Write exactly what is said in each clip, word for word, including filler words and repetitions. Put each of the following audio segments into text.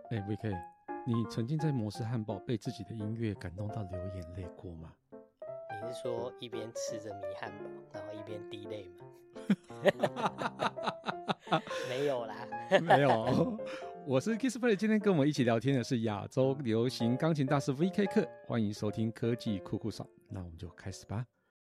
哎、欸、V K， 你曾经在摩斯汉堡被自己的音乐感动到流眼泪过吗？ 你是说一边吃着米汉堡，然后一边滴泪吗？没有啦， 没有。我是 Kissplay， 今天跟我们一起聊天的是亚洲流行钢琴大师 V K 课，欢迎收听科技酷酷扫。那我们就开始吧。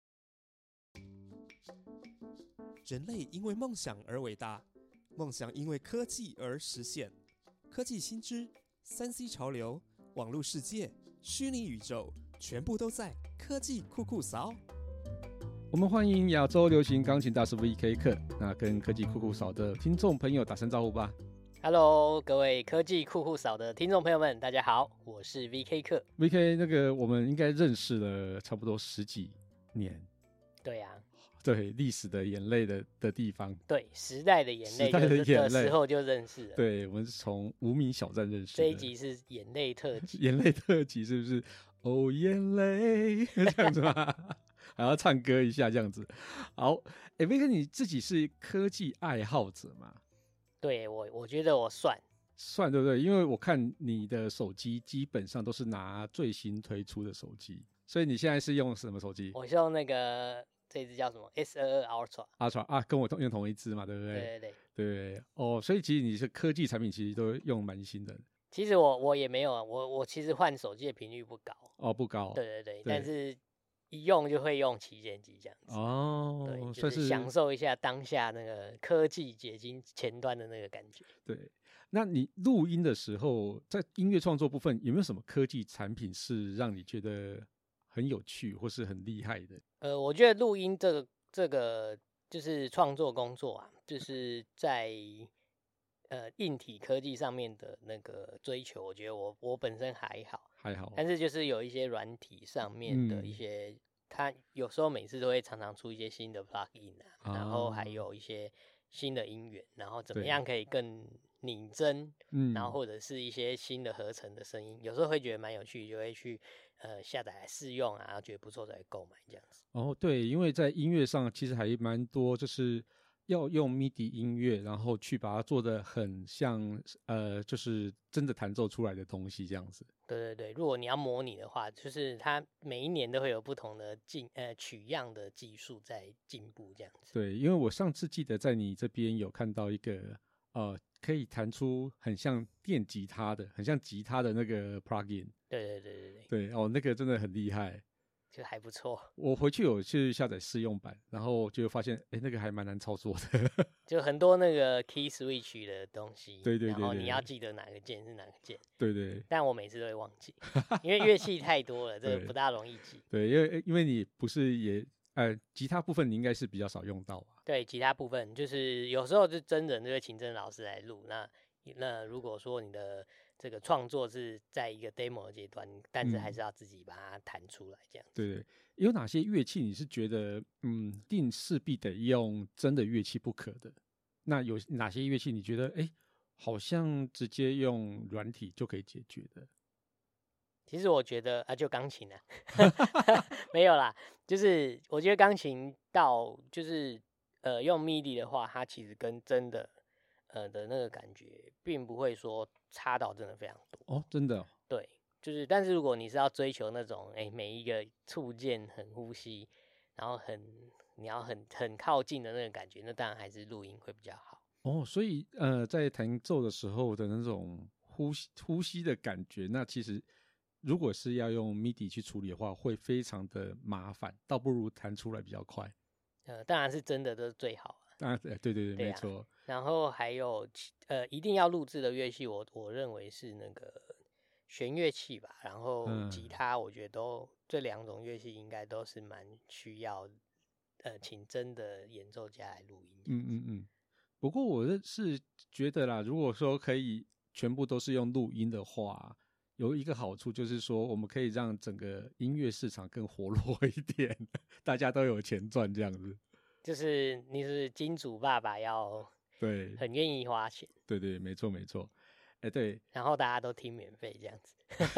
人类因为梦想而伟大，梦想因为科技而实现。科技新知、三 C 潮流、网络世界、虚拟宇宙，全部都在科技酷酷扫。 我们欢迎亚洲流行钢琴大师 V K 课，那跟科技酷酷扫的听众朋友打声招呼吧。 Hello， 各位科技酷酷扫的听众朋友们，大家好，我是 V K 课。 V K 那个我们应该认识了差不多十几年。 对啊， 对，历史的眼泪 的, 的地方， 对，时代的眼泪， 时代的眼泪时候就认识了。 对，我们是从无名小站认识的。 这一集是眼泪特辑， 眼泪特辑是不是？哦，眼泪这样子吗？还要唱歌一下这样子。好，哎 ，V K， 你自己是科技爱好者吗？ 对我，我觉得我算算对不对？因为我看你的手机基本上都是拿最新推出的手机，所以你现在是用什么手机？ 我是用那个。这支叫什么 S 二二 Ultra Ultra 啊，跟我用同一支嘛，对不对？ 对对对对哦，所以其实你是科技产品，其实都用蛮新的。 其实我我也没有啊，我我其实换手机的频率不高哦，不高。 对对对， 对但是一用就会用旗舰机这样子。 哦， 对，就是享受一下当下那个科技结晶前端的那个感觉。 对，那你录音的时候，在音乐创作部分有没有什么科技产品是让你觉得很有趣或是很厉害的？ 呃，我觉得录音这个这个就是创作工作啊，就是在呃硬体科技上面的那个追求，我觉得我我本身还好， 还好， 但是就是有一些软体上面的一些，嗯、它有时候每次都会常常出一些新的 plugin 啊，啊然后还有一些新的音源，然后怎么样可以更拟真，嗯，然后或者是一些新的合成的声音，有时候会觉得蛮有趣，就会去呃下载来试用啊，然后觉得不错才会购买这样子。 哦，对，因为在音乐上其实还蛮多，就是要用 M I D I 音乐，然后去把它做得很像呃，就是真的弹奏出来的东西这样子。 对对对，如果你要模拟的话，就是它每一年都会有不同的进呃取样的技术在进步这样子。 对，因为我上次记得在你这边有看到一个呃。可以弹出很像电吉他的，很像吉他的那个 plugin。 对对对对对。 对哦，那个真的很厉害， 就还不错。 我回去有去下载试用版，然后就发现，哎，那个还蛮难操作的。 就很多那个 key switch 的东西， 对对 对, 对， 然后你要记得哪个键是哪个键。 对 对, 对。 但我每次都会忘记，因为乐器太多了，这个不大容易记。 对，因为因为你不是也。呃，吉他部分你应该是比较少用到吧？ 对，吉他部分就是有时候是真人就会请真老师来录。那那如果说你的这个创作是在一个 demo 的阶段，但是还是要自己把它弹出来这样子。 嗯、对对，有哪些乐器你是觉得嗯，定势必得用真的乐器不可的？那有哪些乐器你觉得哎，好像直接用软体就可以解决的？ 其实我觉得啊，就钢琴啊，没有啦，就是我觉得钢琴到就是呃用 M I D I 的话，它其实跟真的呃的那个感觉，并不会说差到真的非常多哦，真的、哦。 对，就是但是如果你是要追求那种哎每一个触键很呼吸，然后很你要很很靠近的那个感觉，那当然还是录音会比较好。 哦，所以呃在弹奏的时候的那种呼吸呼吸的感觉，那其实。如果是要用 M I D I 去处理的话，会非常的麻烦，倒不如弹出来比较快。 呃，当然是真的都是最好啊。啊，对对对， 对啊、 没错。 然后还有呃，一定要录制的乐器我，我我认为是那个弦乐器吧。然后吉他，我觉得都、嗯、这两种乐器应该都是蛮需要呃，请真的演奏家来录音。 嗯嗯嗯。不过我是觉得啦，如果说可以全部都是用录音的话。有一个好处就是说，我们可以让整个音乐市场更活络一点，大家都有钱赚这样子。 就是你是金主爸爸要对很愿意花钱， 对对，没错没错。哎，对， 然后大家都听免费这样子。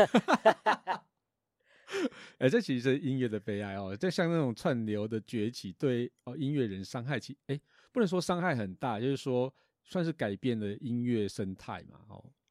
哎，这其实是音乐的悲哀哦。就像那种串流的崛起，对哦音乐人伤害其，哎，不能说伤害很大，就是说算是改变了音乐生态嘛，哦。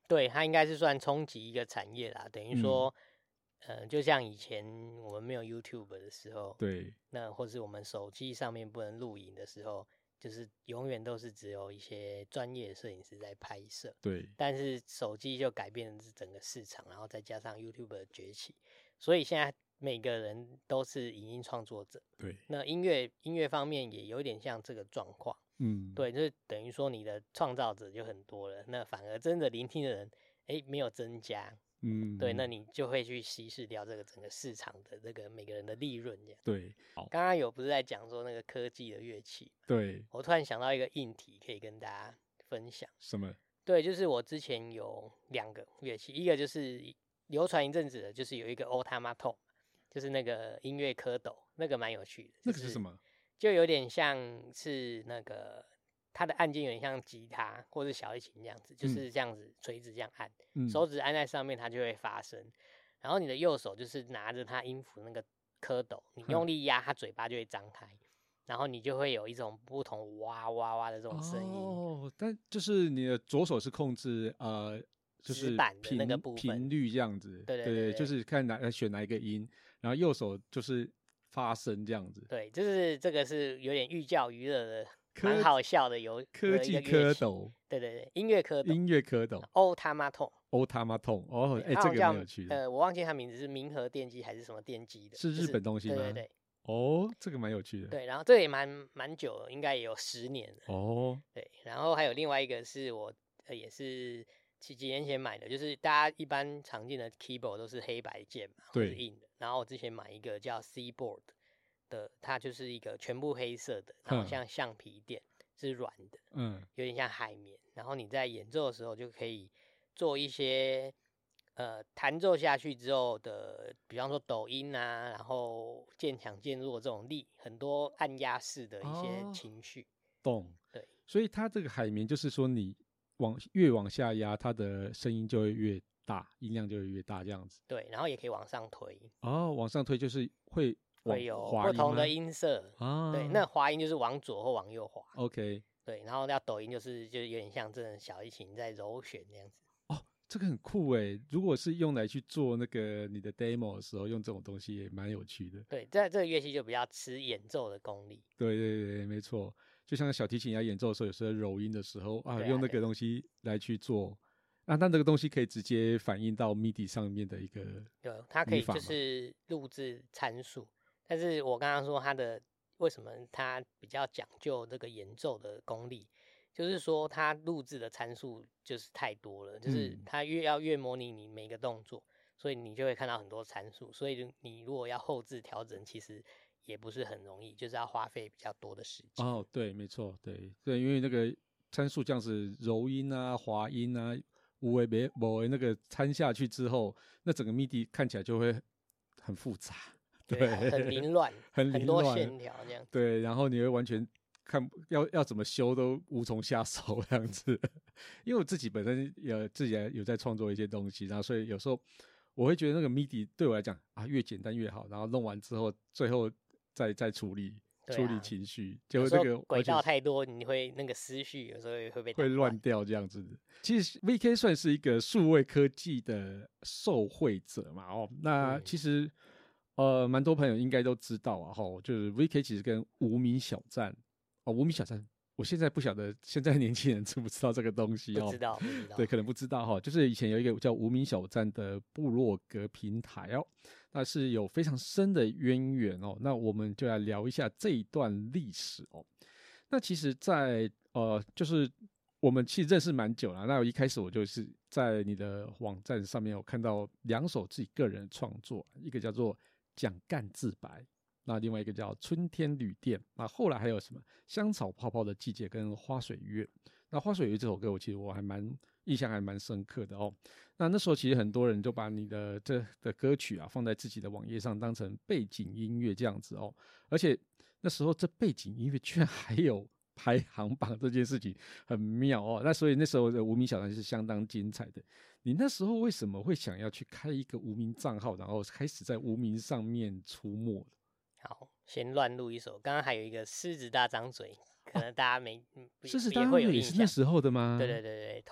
对，它应该是算冲击一个产业啦，等于说。嗯呃，就像以前我们没有 YouTube 的时候， 对， 那或是我们手机上面不能录影的时候，就是永远都是只有一些专业摄影师在拍摄。 对， 但是手机就改变了整个市场，然后再加上 YouTube 的崛起，所以现在每个人都是影音创作者。 对， 那音乐音乐方面也有点像这个状况。 嗯， 对，就是等于说你的创造者就很多了，那反而真的聆听的人，哎，没有增加。嗯，对，那你就会去稀释掉这个整个市场的这个每个人的利润这样。 对， 刚刚有不是在讲说那个科技的乐器？ 对， 我突然想到一个硬题可以跟大家分享。 什么？ 对，就是我之前有两个乐器，一个就是流传一阵子的，就是有一个 Automaton， 就是那个音乐蝌蚪，那个蛮有趣的。 那个是什么？ 就有点像是那个。它的按键有点像吉他或是小提琴这样子，就是这样子垂直这样按，嗯、手指按在上面它就会发声，然后你的右手就是拿着它音符那个蝌蚪，你用力压它嘴巴就会张开，然后你就会有一种不同哇哇哇的这种声音。 哦，但就是你的左手是控制呃，就是频那个部分频率这样子， 对对 对, 对, 对， 就是看哪选哪一个音，然后右手就是发声这样子。 对，就是这个是有点寓教于乐的。蛮好笑的，有科技蝌蚪， 对对对，音乐蝌蚪， 音乐蝌蚪 ，Automaton，Automaton， 哦，哎、欸，这个蛮有趣的。 呃，我忘记它名字是明和电机还是什么电机的， 是日本东西吗？ 就是、对对对， 哦，这个蛮有趣的。 对，然后这个也蛮蛮久了，应该也有十年了。 哦， 对，然后还有另外一个是我、呃、也是几几年前买的，就是大家一般常见的 keyboard 都是黑白键嘛，或是硬的。然后我之前买一个叫 Seaboard 的，它就是一个全部黑色的，然后像橡皮垫。是软的，嗯，有点像海绵，然后你在演奏的时候就可以做一些呃弹奏下去之后的，比方说抖音啊，然后渐强渐弱这种力，很多按压式的一些情绪。哦、 懂， 对， 所以它这个海绵就是说你往越往下压，它的声音就会越大，音量就会越大这样子。 对，然后也可以往上推。 哦，往上推就是会。 会有不同的音色啊，对，那滑音就是往左或往右滑 ，OK， 对，然后要抖音就是就有点像这种小提琴在揉弦那样子。 哦，这个很酷哎！如果是用来去做那个你的 demo 的时候，用这种东西也蛮有趣的。 对，这这个乐器就比较吃演奏的功力。 对对对，没错，就像小提琴要演奏的时候，有时候揉音的时候啊，啊用那个东西来去做。啊，那这个东西可以直接反映到 M I D I 上面的一个， 对，它可以就是录制参数。但是我刚刚说它的为什么它比较讲究这个演奏的功力，就是说它录制的参数就是太多了，就是它越要越模拟你每个动作，所以你就会看到很多参数，所以你如果要后置调整，其实也不是很容易，就是要花费比较多的时间。 哦，对，没错，对对，因为那个参数这样子柔音啊、滑音啊、无为别无为那个参下去之后，那整个 M I D I 看起来就会很复杂。 对，很凌乱， 很很多线条这样子。 对，然后你会完全看要要怎么修都无从下手这样子。因为我自己本身有自己有在创作一些东西，然后所以有时候我会觉得那个 M I D I 对我来讲啊越简单越好，然后弄完之后最后再再处理、啊、处理情绪，结果这个轨道太多，你会那个思绪有时候会被会乱掉这样子。其实 V K 算是一个数位科技的受惠者嘛，哦，那其实。呃，蛮多朋友应该都知道啊，吼，就是 V K 其实跟无名小站哦，无名小站，我现在不晓得现在年轻人知不知道这个东西哦？ 不知道，不知道， 对，可能不知道哈。就是以前有一个叫无名小站的部落格平台哦，那是有非常深的渊源哦。那我们就来聊一下这一段历史哦。那其实在，在呃，就是我们其实认识蛮久了。那我一开始我就是在你的网站上面有看到两首自己个人的创作，一个叫做讲干自白，那另外一个叫春天旅店，那后来还有什么香草泡泡的季节跟花水月。那花水月这首歌我其实我还蛮印象还蛮深刻的哦。那那时候其实很多人就把你的这的歌曲啊放在自己的网页上当成背景音乐这样子哦，而且那时候这背景音乐居然还有排行榜，这件事情很妙哦。那所以那时候的无名小站是相当精彩的。你那时候为什么会想要去开一个无名账号，然后开始在无名上面出没？ 好，先乱录一首。刚刚还有一个狮子大张嘴，可能大家没、 哦、狮子大张嘴也是那时候的吗？ 对对对对，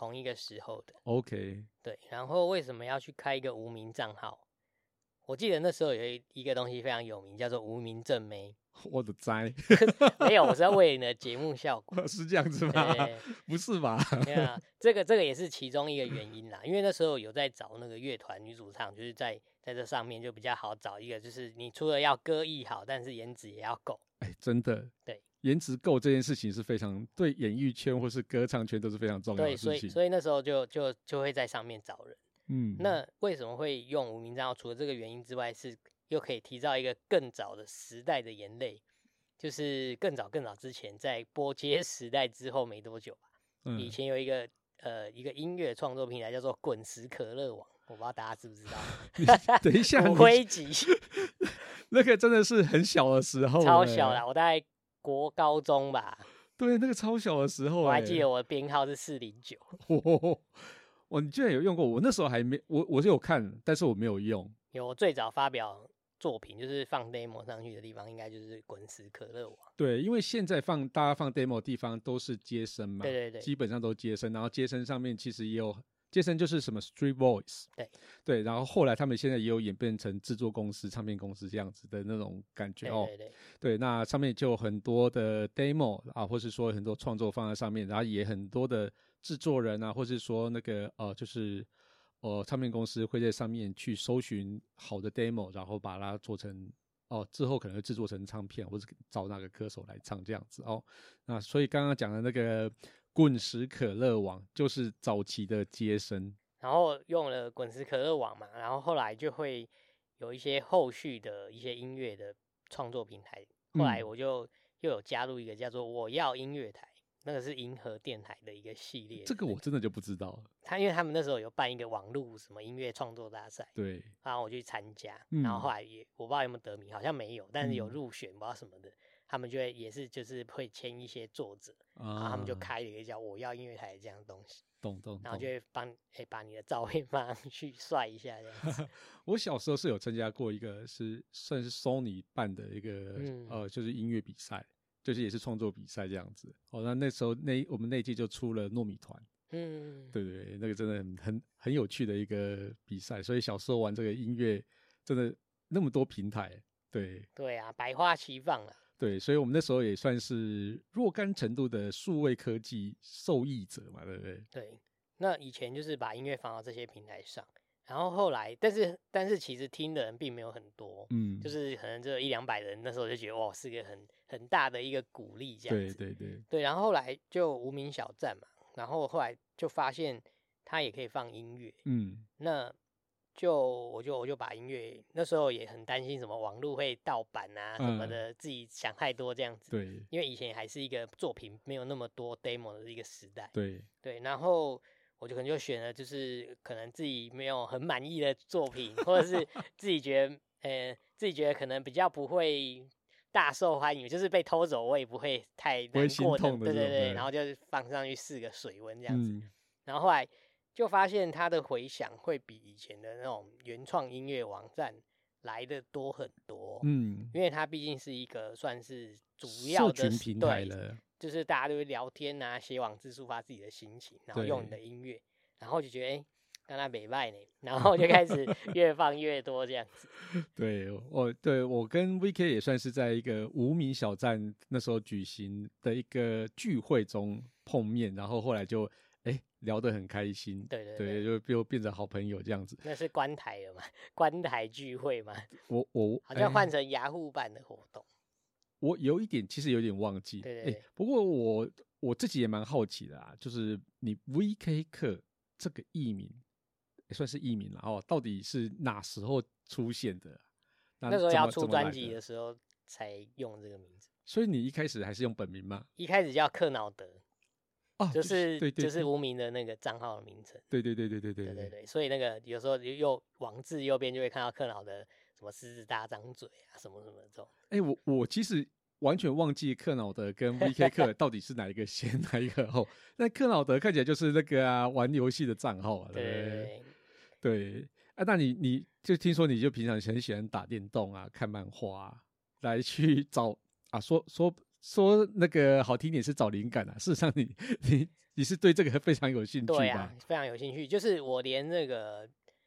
同一个时候的。 OK， 对，然后为什么要去开一个无名账号？我记得那时候有一一个东西非常有名，叫做无名正妹。 我的灾， 没有，我是要为你的节目效果。 是这样子吗？不是吧？ 对啊，这个这个也是其中一个原因啦。因为那时候有在找那个乐团女主唱，就是在在这上面就比较好找一个，就是你除了要歌艺好，但是颜值也要够。 哎，真的， 对， 颜值够这件事情是非常对演艺圈或是歌唱圈都是非常重要的事情。 对，所以所以那时候就就就会在上面找人。 嗯， 那为什么会用无名账号？除了这个原因之外，是又可以提到一个更早的时代的眼泪，就是更早更早之前，在播街时代之后没多久吧。嗯、以前有一个呃一个音乐创作平台叫做滚石可乐网，我不知道大家知不知道。 等一下， 骨灰级， 那个真的是很小的时候， 超小啦，我大概国高中吧。 对，那个超小的时候， 我还记得我的编号是四零九。 哇，你居然有用过？我那时候还没，我我是有看，但是我没有用。 有，我最早发表作品就是放 demo 上去的地方，应该就是滚石可乐网。 对，因为现在放大家放 demo 的地方都是街声嘛， 对对对， 基本上都街声，然后街声上面其实也有。街声就是什么 Street Voice， 对对，然后后来他们现在也有演变成制作公司、唱片公司这样子的那种感觉哦。 对对对， 对，那上面就有很多的 demo 啊，或是说很多创作放在上面，然后也很多的制作人啊，或是说那个呃，就是呃唱片公司会在上面去搜寻好的 demo， 然后把它做成哦，之后可能会制作成唱片，或者找那个歌手来唱这样子哦。那所以刚刚讲的那个。滚石可乐网就是早期的街声， 然后用了滚石可乐网嘛，然后后来就会有一些后续的一些音乐的创作平台，后来我就又有加入一个叫做我要音乐台，那个是银河电台的一个系列。 这个我真的就不知道了。 他因为他们那时候有办一个网络什么音乐创作大赛， 对， 然后我去参加， 嗯、 然后后来也我不知道有没有得名，好像没有，但是有入选，嗯、不知道什么的。他们就会也是就是会签一些作者，啊、然后他们就开了一个叫我要音乐台这样的东西， 懂懂， 然后就会帮哎把你的照片放上去帅一下这样子。 我小时候是有参加过一个是算是 Sony 办的一个、嗯、呃就是音乐比赛，就是也是创作比赛这样子。哦，那那时候那我们那届就出了糯米团，嗯，对对对，那个真的很很很有趣的一个比赛，所以小时候玩这个音乐真的那么多平台，对对啊，百花齐放啊。 对，所以我们那时候也算是若干程度的数位科技受益者嘛，对不对？ 对，那以前就是把音乐放到这些平台上，然后后来，但是但是其实听的人并没有很多，嗯，就是可能只有一两百人，那时候就觉得哇，是个很很大的一个鼓励这样子。 对对对对，然后后来就无名小站嘛，然后后来就发现它也可以放音乐，嗯，那。就我就我就把音乐那时候也很担心什么网络会盗版啊什么的，嗯、自己想太多这样子。 对， 因为以前还是一个作品没有那么多 demo 的一个时代。 对对，然后我就可能就选了就是可能自己没有很满意的作品，或者是自己觉得呃自己觉得可能比较不会大受欢迎，就是被偷走我也不会太难过的，对对对，然后就放上去试个水温这样子，嗯、然后后来。就发现它的回响会比以前的那种原创音乐网站来的多很多，嗯，因为它毕竟是一个算是主要的社群平台了， 就是大家都会聊天啊，写网志抒发自己的心情，然后用你的音乐，然后就觉得哎，刚才没卖呢，然后就开始越放越多这样子。 对，我对我跟 V K 也算是在一个无名小站那时候举行的一个聚会中碰面，然后后来就。哎，聊得很开心， 对对 对, 对，就就变成好朋友这样子。 那是关台了嘛？关台聚会嘛？ 我我好像换成雅虎版的活动。 我有一点，其实有点忘记。 对对对。 不过我我自己也蛮好奇的啊，就是你 V K 课这个艺名，也算是艺名了哦，到底是哪时候出现的？ 那, 那时候要出专辑的时候才用这个名字。 所以你一开始还是用本名吗？ 一开始叫克瑙德。 哦、 就是对对对就是无名的那个账号的名称， 对对对对对对对对对，所以那个有时候右网志右边就会看到克瑙的什么狮子大张嘴啊，什么什么这种。 哎、欸，我我其实完全忘记克瑙德跟 V K 课到底是哪一个先哪一个后。那克瑙德看起来就是那个啊玩游戏的账号啊，对不对？对, 对啊，那你你就听说你就平常很喜欢打电动啊、看漫画啊，来去找啊说说说那个好听点是找灵感啊，事实上你你你是对这个非常有兴趣吧？ 对啊，非常有兴趣。就是我连那个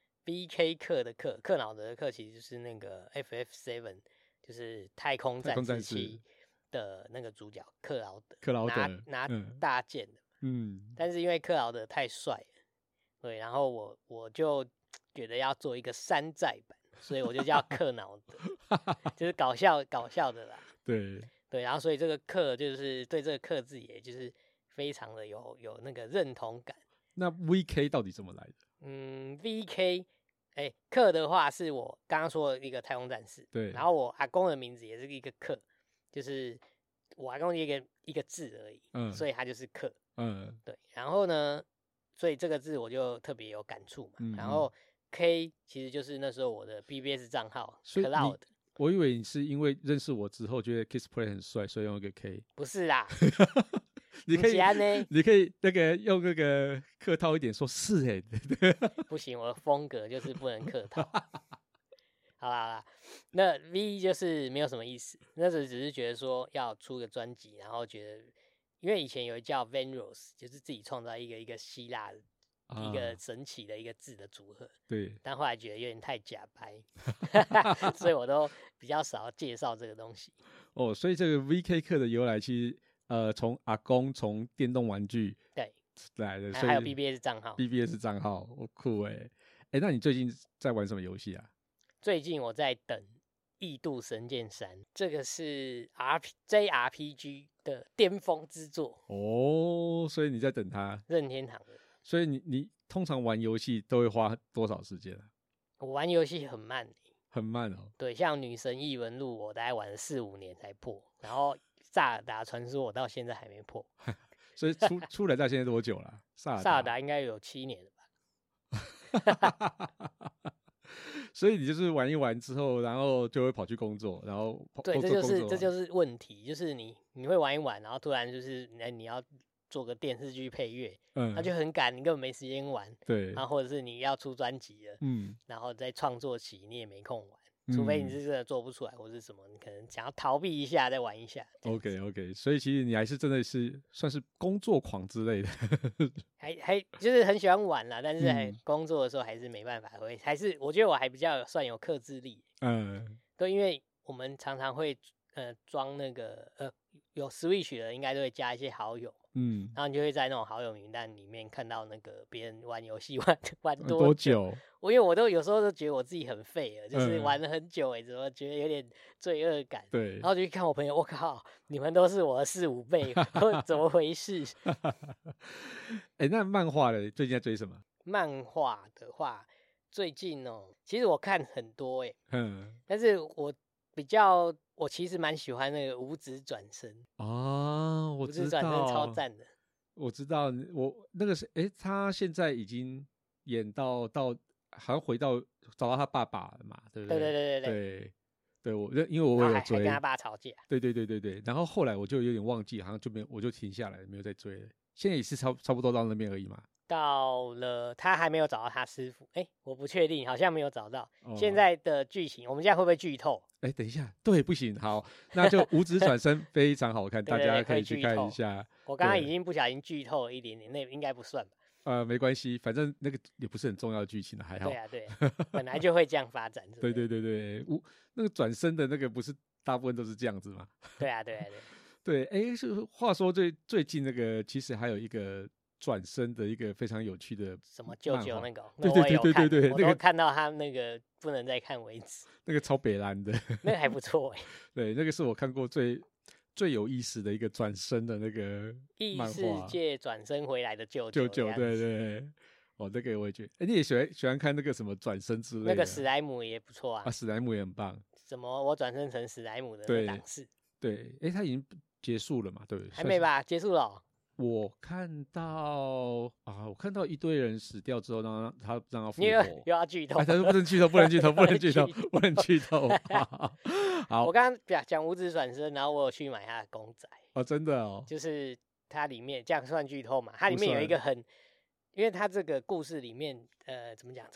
B K 课的课，克劳德的课，其实就是那个 F F 七，就是太空战士七的那个主角克劳德， 克劳德拿拿大剑的。 嗯， 但是因为克劳德太帅了，对，然后我我就觉得要做一个山寨版，所以我就叫克劳德，就是搞笑搞笑的啦。 对对，然后所以这个克就是对这个克字也就是非常的有有那个认同感。 那 V K 到底怎么来的？ 嗯 ，V K， 哎，克的话是我刚刚说的一个太空战士， 对， 然后我阿公的名字也是一个克，就是我阿公一个一个字而已，嗯，所以他就是克，嗯，对，然后呢，所以这个字我就特别有感触嘛，嗯，然后 K 其实就是那时候我的 B B S 账号 Cloud。 我以为你是因为认识我之后觉得 Kissplay 很帅，所以用一个 K。 不是啦， 你可以，你可以那个用那个客套一点说，是哎、欸， 不行，我的风格就是不能客套。好啦好啦，那 V 就是没有什么意思，那时候只是觉得说要出个专辑，然后觉得，因为以前有叫 Venros， 就是自己创造一个一个希腊的。一个神奇的一个字的组合， 对， 但后来觉得有点太假掰，所以我都比较少介绍这个东西。 哦，所以这个 V K 课的由来，其实呃，从阿公从电动玩具对来的， 还有 B B S 账号 ，B B S 账号，哦、酷哎、欸，哎，那你最近在玩什么游戏啊？ 最近我在等《异度神剑三》，这个是 R P J R P G 的巅峰之作哦，所以你在等它？ 任天堂的。 所以你你通常玩游戏都会花多少时间啊？ 我玩游戏很慢、欸、 很慢哦。 对，像《女神异闻录》，我大概玩了四五年才破，然后《萨尔达传说》我到现在还没破。 所以出出来到现在多久了、啊？萨尔达， 萨尔达应该有七年了吧？ 所以你就是玩一玩之后，然后就会跑去工作，然后对，这就是这就是问题，就是你你会玩一玩，然后突然就是哎你要。做个电视剧配乐，嗯，那就很赶，你根本没时间玩。 对， 然后或者是你要出专辑了，嗯，然后在创作期你也没空玩，嗯、除非你是真的做不出来或是什么，你可能想要逃避一下再玩一下。 OK OK， 所以其实你还是真的是算是工作狂之类的， 还还就是很喜欢玩啦，但是还工作的时候还是没办法，会还是我觉得我还比较算有克制力。嗯，对，因为我们常常会呃装那个呃有 Switch 的，应该都会加一些好友。嗯，然后你就会在那种好友名单里面看到那个别人玩游戏玩玩多久， 多久我因为我都有时候都觉得我自己很废了，就是玩了很久哎、欸，怎么觉得有点罪恶感？ 对， 然后就去看我朋友，我靠，你们都是我的四五倍，怎么回事？ 哎欸，那漫画的最近在追什么？ 漫画的话，最近哦，其实我看很多哎、欸，嗯，但是我比较。我其实蛮喜欢那个五指转身哦，我知道， 五指转身超赞的。 我知道，我那个是，哎、欸，他现在已经演到到，好像回到找到他爸爸了嘛，对不对？ 对对对对对，对我因为我有追， 还跟他爸吵架。 对对对对对，然后后来我就有点忘记，好像就没有，我就停下来，没有再追了。现在也是差差不多到那边而已嘛。 到了，他还没有找到他师傅，哎、欸，我不确定，好像没有找到。哦、现在的剧情，我们现在会不会剧透？ 哎、欸，等一下，对，不行，好，那就五指转身非常好看， 对对对， 大家可以去看一下。 我刚刚已经不小心剧透了一点点，那应该不算吧？ 呃，没关系，反正那个也不是很重要的剧情了，还好。 对啊，对啊，本来就会这样发展。 对对对对，五那个转身的那个不是大部分都是这样子吗？ 对啊，对啊，对。 对，哎、欸，是话说最最近那个其实还有一个。转身的一个非常有趣的什么舅舅那个， 对对对对对对， 我都看到他那个不能再看为止。 那个超北蓝的， 那个还不错哎。 对，那个是我看过最最有意思的一个转身的那个漫画， 异世界转身回来的舅舅舅，对对。哦，那个我也觉得，哎，你也喜欢喜欢看那个什么转身之类的？ 那个史莱姆也不错啊， 啊，史莱姆也很棒。 什么？我转身成史莱姆的那档事？ 对，哎，他已经结束了嘛？对不对？ 还没吧？结束了、哦。 我看到啊，我看到一堆人死掉之后，让他让他复活， 又要剧透， 哎，他说不能剧透，不能剧透，不能剧透，不能剧透。好， 我刚刚讲讲五指转身，然后我有去买他的公仔哦，真的哦， 就是它里面这样算剧透嘛？它里面有一个很，因为它这个故事里面，呃，怎么讲？这个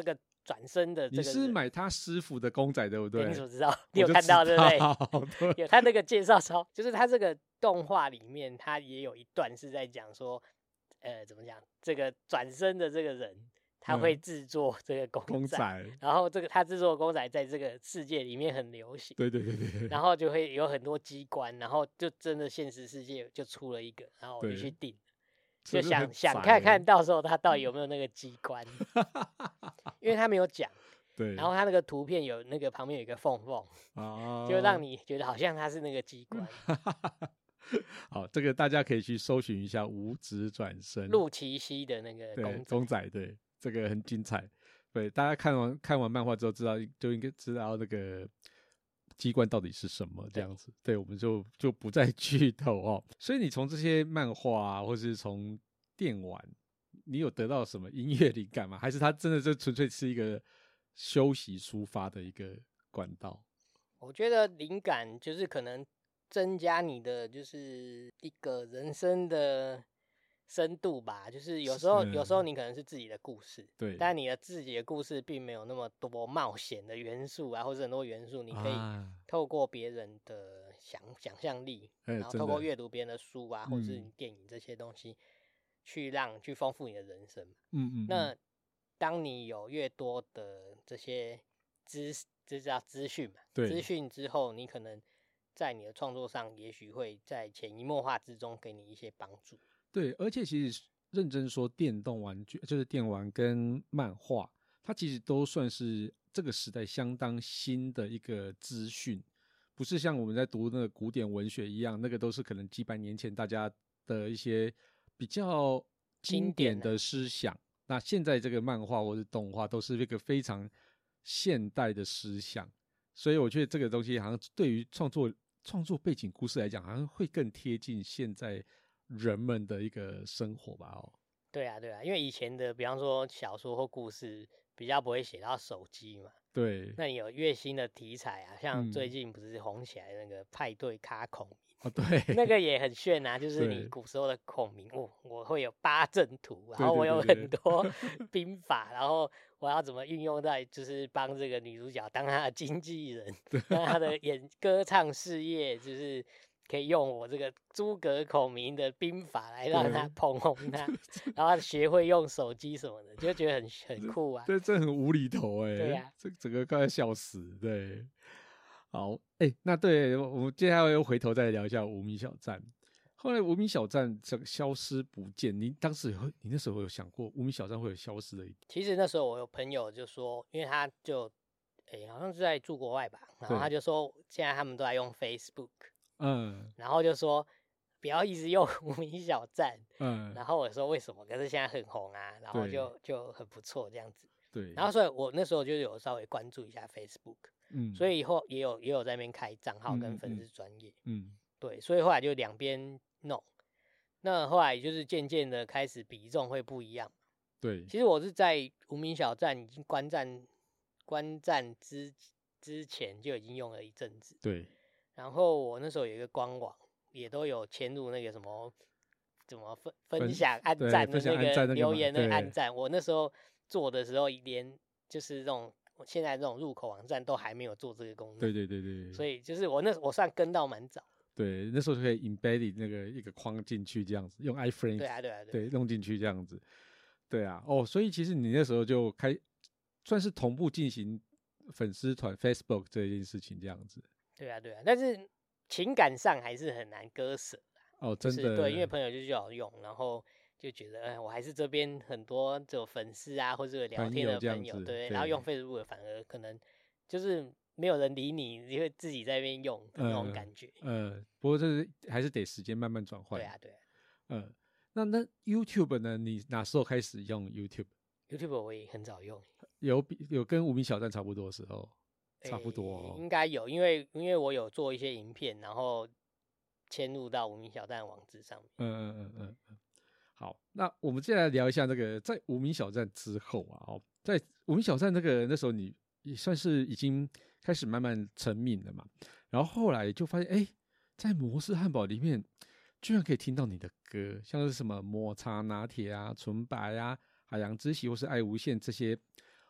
转身的这个人。 你是买他师傅的公仔对不对？ 你怎么知道？你有看到对不对？ 有他那个介绍超，就是他这个动画里面，他也有一段是在讲说，呃，怎么讲？这个转身的这个人，他会制作这个公仔，嗯、公仔然后这个他制作的公仔在这个世界里面很流行。 对对对对。 然后就会有很多机关，然后就真的现实世界就出了一个，然后我就去订。就想想看看到时候他到底有没有那个机关，因为他没有讲， 对， 然后他那个图片有那个旁边有一个缝缝，哦，就让你觉得好像他是那个机关。 好，这个大家可以去搜寻一下无职转身， 陆琪熙的那个公仔， 公仔，对，这个很精彩。对，大家看完看完漫画之后，知道就应该知道那个机关到底是什么这样子， 对, 对我们就就不再剧透哦。所以你从这些漫画啊，或是从电玩，你有得到什么音乐灵感吗？还是它真的就纯粹是一个休息抒发的一个管道？ 我觉得灵感就是可能增加你的就是一个人生的深度吧，就是有时候有时候你可能是自己的故事，对，但你的自己的故事并没有那么多冒险的元素啊，或者很多元素，你可以透过别人的想想象力，然后透过阅读别人的书啊，或者是电影这些东西，去让去丰富你的人生。嗯嗯。那当你有越多的这些资，这叫资讯嘛，资讯之后，你可能在你的创作上，也许会在潜移默化之中给你一些帮助。 对，而且其实认真说，电动玩具就是电玩跟漫画，它其实都算是这个时代相当新的一个资讯，不是像我们在读那个古典文学一样，那个都是可能几百年前大家的一些比较经典的思想。啊、那现在这个漫画或者动画都是一个非常现代的思想，所以我觉得这个东西好像对于创作创作背景故事来讲，好像会更贴近现在人们的一个生活吧。哦， 对啊对啊，因为以前的比方说小说或故事比较不会写到手机嘛， 对， 那你有越新的题材啊，像最近不是红起来那个派对咖孔明、 哦、对， 那个也很炫啊，就是你古时候的孔明，哦，我会有八阵图，然后我有很多兵法，然后我要怎么运用在就是帮这个女主角当她的经纪人，让她的演歌唱事业就是可以用我这个诸葛孔明的兵法来让他捧红他，然后学会用手机什么的，就觉得很很酷啊。 对，这很无厘头哎、欸。 对啊， 这整个快要笑死。对，好，哎、欸，那对我们接下来又回头再聊一下无名小站。后来无名小站这个消失不见，你当时有你那时候有想过无名小站会有消失的一天？ 其实那时候我有朋友就说，因为他就哎、欸、好像是在住国外吧，然后他就说现在他们都在用 Facebook。嗯，然后就说不要一直用无名小站，嗯，然后我说为什么？可是现在很红啊，然后就就很不错这样子， 对。 然后所以我那时候就有稍微关注一下 Facebook， 嗯，所以以后也有也有在那边开账号跟粉丝专页，嗯，嗯，对，所以后来就两边弄，那后来就是渐渐的开始比重会不一样， 对。 其实我是在无名小站已经观战观战之之前就已经用了一阵子， 对。 然后我那时候有一个官网，也都有嵌入那个什么，怎么分分享、按赞的那个留言的按赞。我那时候做的时候，连就是这种现在这种入口网站都还没有做这个功能。 对对对对。 所以就是我那我算跟到蛮早。 对，那时候就可以 embed 那个一个框进去，这样子用 iframe。 对啊对啊对。 对，弄进去这样子。对啊，哦，所以其实你那时候就开算是同步进行粉丝团 Facebook 这件事情这样子。 对啊，对啊，但是情感上还是很难割舍哦，真的、 就是。对，因为朋友就叫我用，然后就觉得，哎，我还是这边很多这种粉丝啊，或者聊天的朋友，朋友对，然后用 Facebook 反而可能就是没有人理你，你会自己在那边用的那种感觉。 呃，呃不过这是还是得时间慢慢转换。 对啊，对啊。 呃，那那 YouTube 呢？你哪时候开始用 YouTube？YouTube 我也很早用， 有有跟无名小站差不多的时候。差不多、哦欸、应该有，因为因为我有做一些影片，然后嵌入到无名小站网址上面。 嗯嗯嗯嗯。好，那我们接下来聊一下那个在无名小站之后啊，哦，在无名小站那个那时候你也算是已经开始慢慢成名了嘛，然后后来就发现，哎、欸，在摩斯汉堡里面居然可以听到你的歌，像是什么抹茶拿铁啊、纯白啊、海洋之息或是爱无限这些。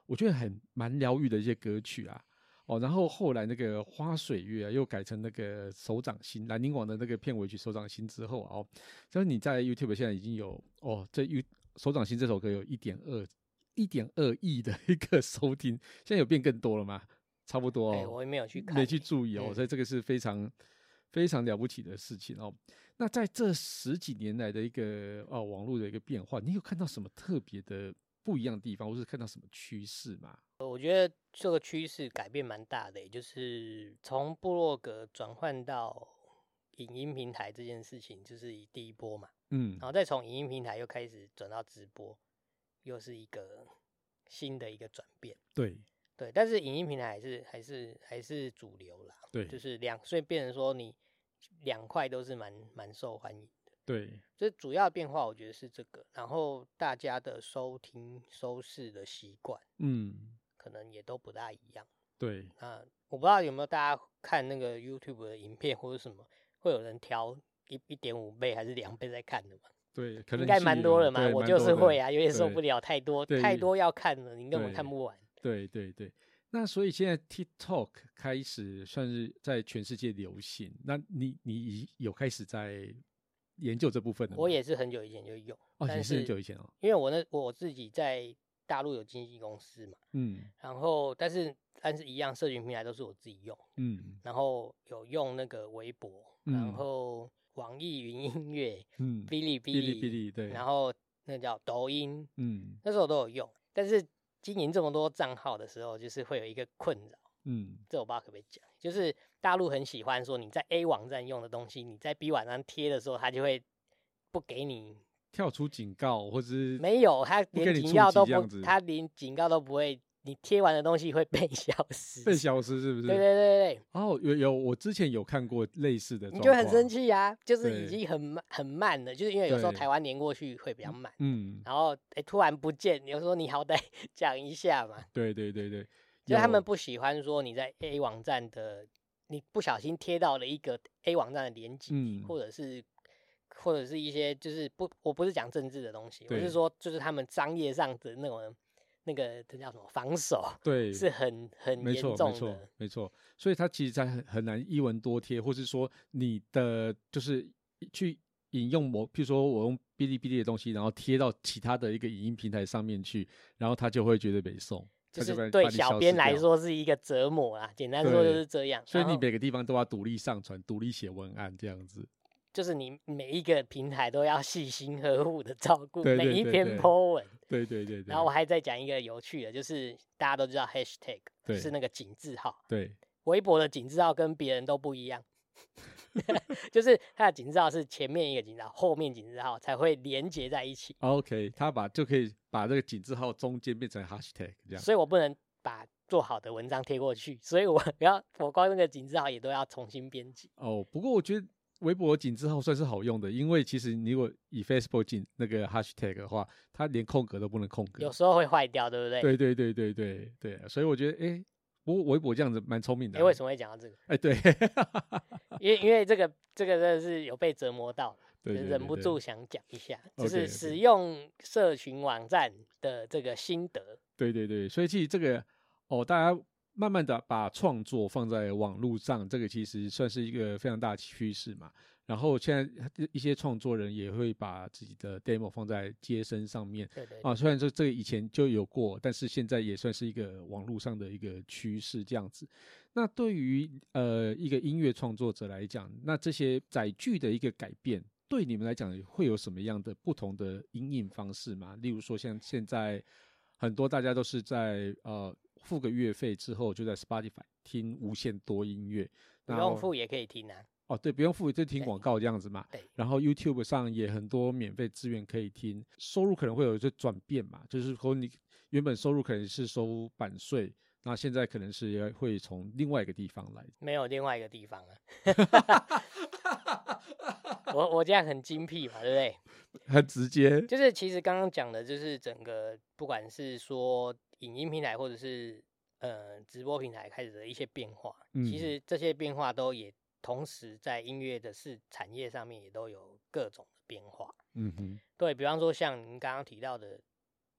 我觉得很蛮疗愈的一些歌曲啊。哦，然后后来那个花水月啊，又改成那个手掌心，兰陵王的那个片尾曲手掌心之后啊，哦，就是你在 YouTube 现在已经有哦，这 U 手掌心这首歌有一点二一点二亿的一个收听，现在有变更多了吗？差不多哦， 欸、我也没有去看， 没去注意哦， 嗯、 所以这个是非常非常了不起的事情哦。那在这十几年来的一个哦网络的一个变化，你有看到什么特别的不一样的地方，或是看到什么趋势吗？ 我觉得这个趋势改变蛮大的，也就是从部落格转换到影音平台这件事情，就是以第一波嘛，嗯，然后再从影音平台又开始转到直播，又是一个新的一个转变。对对，但是影音平台还是还是还是主流啦，对，就是两，所以变成说你两块都是蛮蛮受欢迎的。对，所以主要的变化我觉得是这个，然后大家的收听收视的习惯，嗯。可能也都不大一样。对，那我不知道有没有大家看那个 YouTube 的影片或者什么，会有人调一一点五倍还是两倍在看的吗？对，可能应该蛮多的嘛。我就是会啊，有点受不了太多太多要看了，你根本看不完。对对对，那所以现在 TikTok 开始算是在全世界流行，那你你有开始在研究这部分的吗？我也是很久以前就用，哦，也是很久以前哦，因为我那我自己在大陆有经纪公司嘛，嗯，然后但是但是一样，社群平台都是我自己用，嗯，然后有用那个微博，嗯、然后网易云音乐，嗯，哔哩哔哩，哔哩哔哩，对，然后那个叫抖音，嗯，那时候我都有用，但是经营这么多账号的时候，就是会有一个困扰，嗯，这我不知道可不可以讲，就是大陆很喜欢说你在 A 网站用的东西，你在 B 网站贴的时候，他就会不给你。跳出警告，或者是没有，他连警告都不，他连警告都不会，你贴完的东西会被消失，被消失是不是？对对对对。哦，有有，我之前有看过类似的状况，你就很生气啊，就是已经很慢很慢了，就是因为有时候台湾连过去会比较慢，嗯，然后哎、欸、突然不见，有时候你好歹讲一下嘛。对对对对，就是他们不喜欢说你在 A 网站的，你不小心贴到了一个 A 网站的连结，嗯，或者是。或者是一些就是不，我不是讲政治的东西，我是说就是他们商业上的那种那个这叫什么防守，对，是很很严重的，没错没错没错，所以他其实才很很难一文多贴，或是说你的就是去引用某，譬如说我用哔哩哔哩的东西，然后贴到其他的一个影音平台上面去，然后他就会觉得北宋。就是对小编来说是一个折磨啦，简单说就是这样。所以你每个地方都要独立上传、独立写文案这样子。就是你每一个平台都要细心呵护的照顾每一篇 po 文，对对 对, 对。然后我还再讲一个有趣的，就是大家都知道 hashtag 是那个井字号，对，微博的井字号跟别人都不一样，就是它的井字号是前面一个井字号，后面井字号才会连结在一起。OK， 他把就可以把这个井字号中间变成 hashtag 这样，所以我不能把做好的文章贴过去，所以我要我光那个井字号也都要重新编辑。哦，不过我觉得。微博井字号算是好用的，因为其实你如果以 Facebook 井那个 hashtag 的话，它连空格都不能空格，有时候会坏掉，对不对？对对对对对对，所以我觉得，哎，不过微博这样子蛮聪明的、啊。哎，为什么会讲到这个？哎，对，因为因为这个这个真的是有被折磨到，对对对对，忍不住想讲一下，就是使用社群网站的这个心得。对对对，所以其实这个哦，大家。慢慢的把创作放在网络上，这个其实算是一个非常大的趋势嘛。然后现在一些创作人也会把自己的 demo 放在街声上面，对对对啊，虽然说这个以前就有过，但是现在也算是一个网络上的一个趋势这样子。那对于呃一个音乐创作者来讲，那这些载具的一个改变，对你们来讲会有什么样的不同的因应方式吗？例如说像现在很多大家都是在呃。付个月费之后，就在 Spotify 听无限多音乐，不用付也可以听啊。哦，对，不用付就听广告这样子嘛。对。然后 YouTube 上也很多免费资源可以听，收入可能会有一些转变嘛，就是说你原本收入可能是收版税，那现在可能是会从另外一个地方来。没有另外一个地方啊。我我这样很精辟嘛，对不对？很直接。就是其实刚刚讲的，就是整个不管是说。影音平台或者是呃直播平台开始的一些变化、嗯，其实这些变化都也同时在音乐的市产业上面也都有各种的变化。嗯哼，对比方说像您刚刚提到的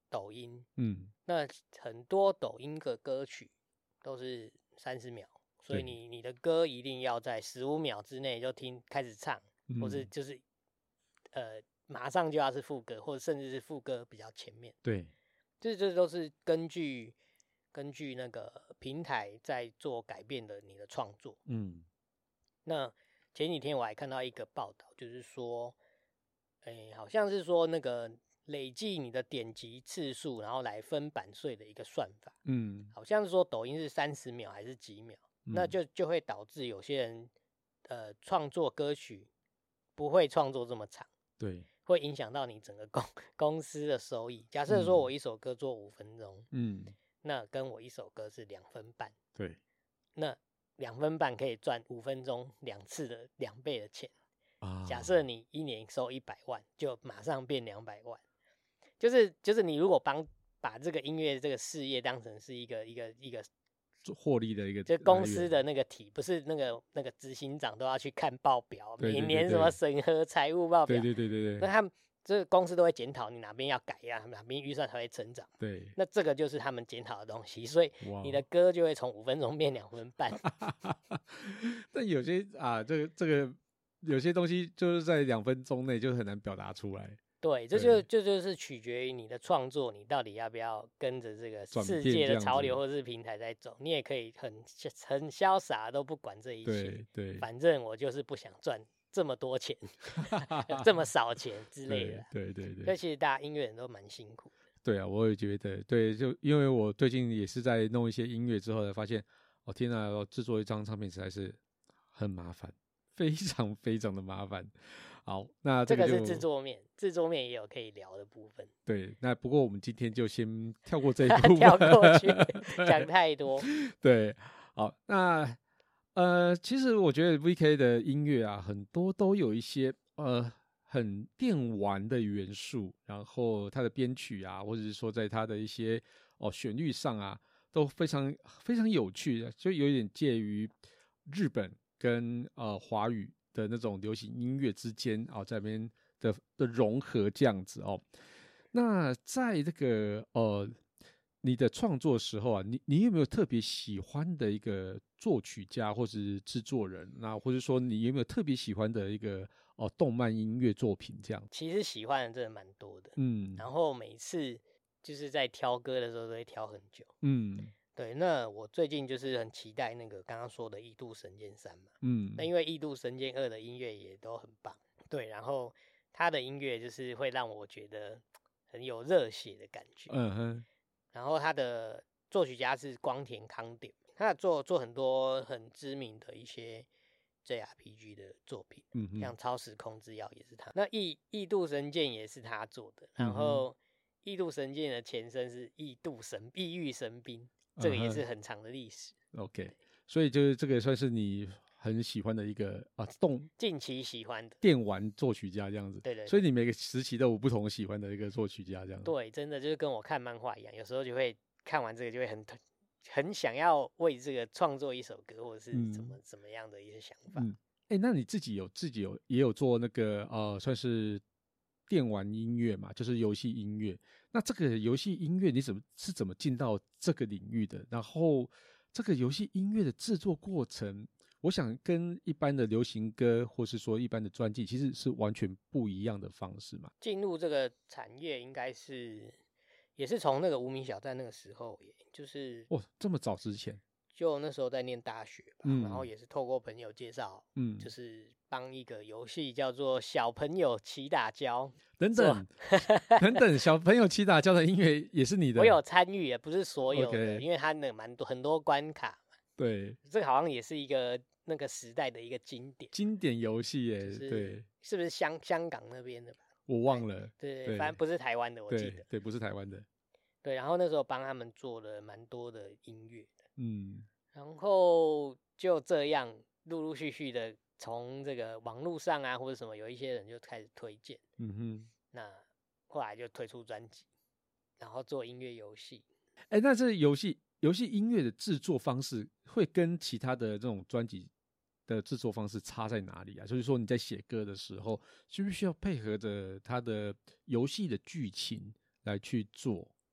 抖音， 嗯， 那很多抖音的歌曲都是三十秒，所以你你的歌一定要在十五秒之内就听开始唱，嗯、或是就是呃马上就要是副歌，或者甚至是副歌比较前面。 对， 这这都是根据根据那个平台在做改变的你的创作。嗯，那前几天我还看到一个报道，就是说，哎，好像是说那个累计你的点击次数，然后来分版税的一个算法。嗯，好像是说抖音是三十秒还是几秒，嗯、那就就会导致有些人呃创作歌曲不会创作这么长。 对。 会影响到你整个公公司的收益。假设说我一首歌做五分钟，嗯，那跟我一首歌是两分半， 对， 那两分半可以赚五分钟两次的两倍的钱。啊，假设你一年收一百万，就马上变两百万。就是就是你如果帮把这个音乐这个事业当成是一个一个一个。 获利的一个， 就公司的那个体，不是那个那个执行长都要去看报表， 对对对对， 每年什么审核财务报表， 对对对对对， 那他们这个公司都会检讨你哪边要改呀、啊，哪边预算才会成长。 对， 那这个就是他们检讨的东西，所以你的歌就会从五分钟变两分半。 但有些啊，这个这个有些东西就是在两分钟内就很难表达出来。 对，这就这就是取决于你的创作，你到底要不要跟着这个世界的潮流或是平台在走。你也可以很很潇洒，都不管这一切。 对对， 反正我就是不想赚这么多钱，这么少钱之类的。 对对对， 所以其实大家音乐人都蛮辛苦的。 对啊，我也觉得，对，就因为我最近也是在弄一些音乐之后，才发现，哦天啊，制作一张唱片实在是很麻烦，非常非常的麻烦。好，那这个, 这个是制作面，制作面也有可以聊的部分。 对，那不过我们今天就先跳过这一部分， 跳过去讲太多。 对，好，那呃，其实我觉得 V K 的音乐啊，很多都有一些呃很电玩的元素，然后它的编曲啊，或者是说在它的一些哦旋律上啊，都非常非常有趣的，就有点介于日本跟呃华语的那种流行音乐之间啊、哦，在那边 的, 的融合这样子哦。那在这个呃你的创作时候啊，你你有没有特别喜欢的一个作曲家或是制作人？那或者说你有没有特别喜欢的一个哦动漫音乐作品这样？ 其实喜欢的真的蛮多的，嗯，然后每次就是在挑歌的时候都会挑很久，嗯。对，那我最近就是很期待那个刚刚说的《异度神剑三》嘛，嗯，那因为《异度神剑二》的音乐也都很棒，对，然后他的音乐就是会让我觉得很有热血的感觉，嗯哼，然后他的作曲家是光田康典，他做做很多很知名的一些 J R P G 的作品，嗯哼，像《超时空之钥》也是他，那异异度神剑也是他做的，然后异度神剑的前身是异度神异域神兵。这个也是很长的历史。 Uh-huh. OK， 所以就是这个算是你很喜欢的一个啊动近期喜欢的电玩作曲家这样子。 对 对, 对。 所以你每个时期都有不同喜欢的一个作曲家这样子。 对，真的就是跟我看漫画一样，有时候就会看完这个就会很很想要为这个创作一首歌，或者是怎么、嗯、怎么样的一些想法。嗯， 哎、欸，那你自己有自己有也有做那个呃算是电玩音乐嘛，就是游戏音乐。那这个游戏音乐你怎么是怎么进到这个领域的？然后这个游戏音乐的制作过程，我想跟一般的流行歌或是说一般的专辑其实是完全不一样的方式嘛。 进入这个产业应该是也是从那个无名小站那个时候，也就是哦这么早之前。 就那时候在念大学吧、嗯、然后也是透过朋友介绍，嗯，就是帮一个游戏叫做小朋友齐打交等等等等，小朋友齐打交的音乐也是你的？ 我有参与，也不是所有的， okay. 因为它那蛮多很多关卡嘛。 对， 这个好像也是一个那个时代的一个经典经典游戏耶、 就是， 对， 是不是香香港那边的吧？ 我忘了， 对 对, 对，反正不是台湾的，我记得， 对，对，不是台湾的。 对，然后那时候帮他们做了蛮多的音乐的，嗯。然后就这样陆陆续续的从这个网络上啊或者什么，有一些人就开始推荐，嗯哼，那后来就推出专辑，然后做音乐游戏。 哎、欸，那这游戏游戏音乐的制作方式会跟其他的这种专辑的制作方式差在哪里啊？就是说你在写歌的时候，需不需要配合着它的游戏的剧情来去做？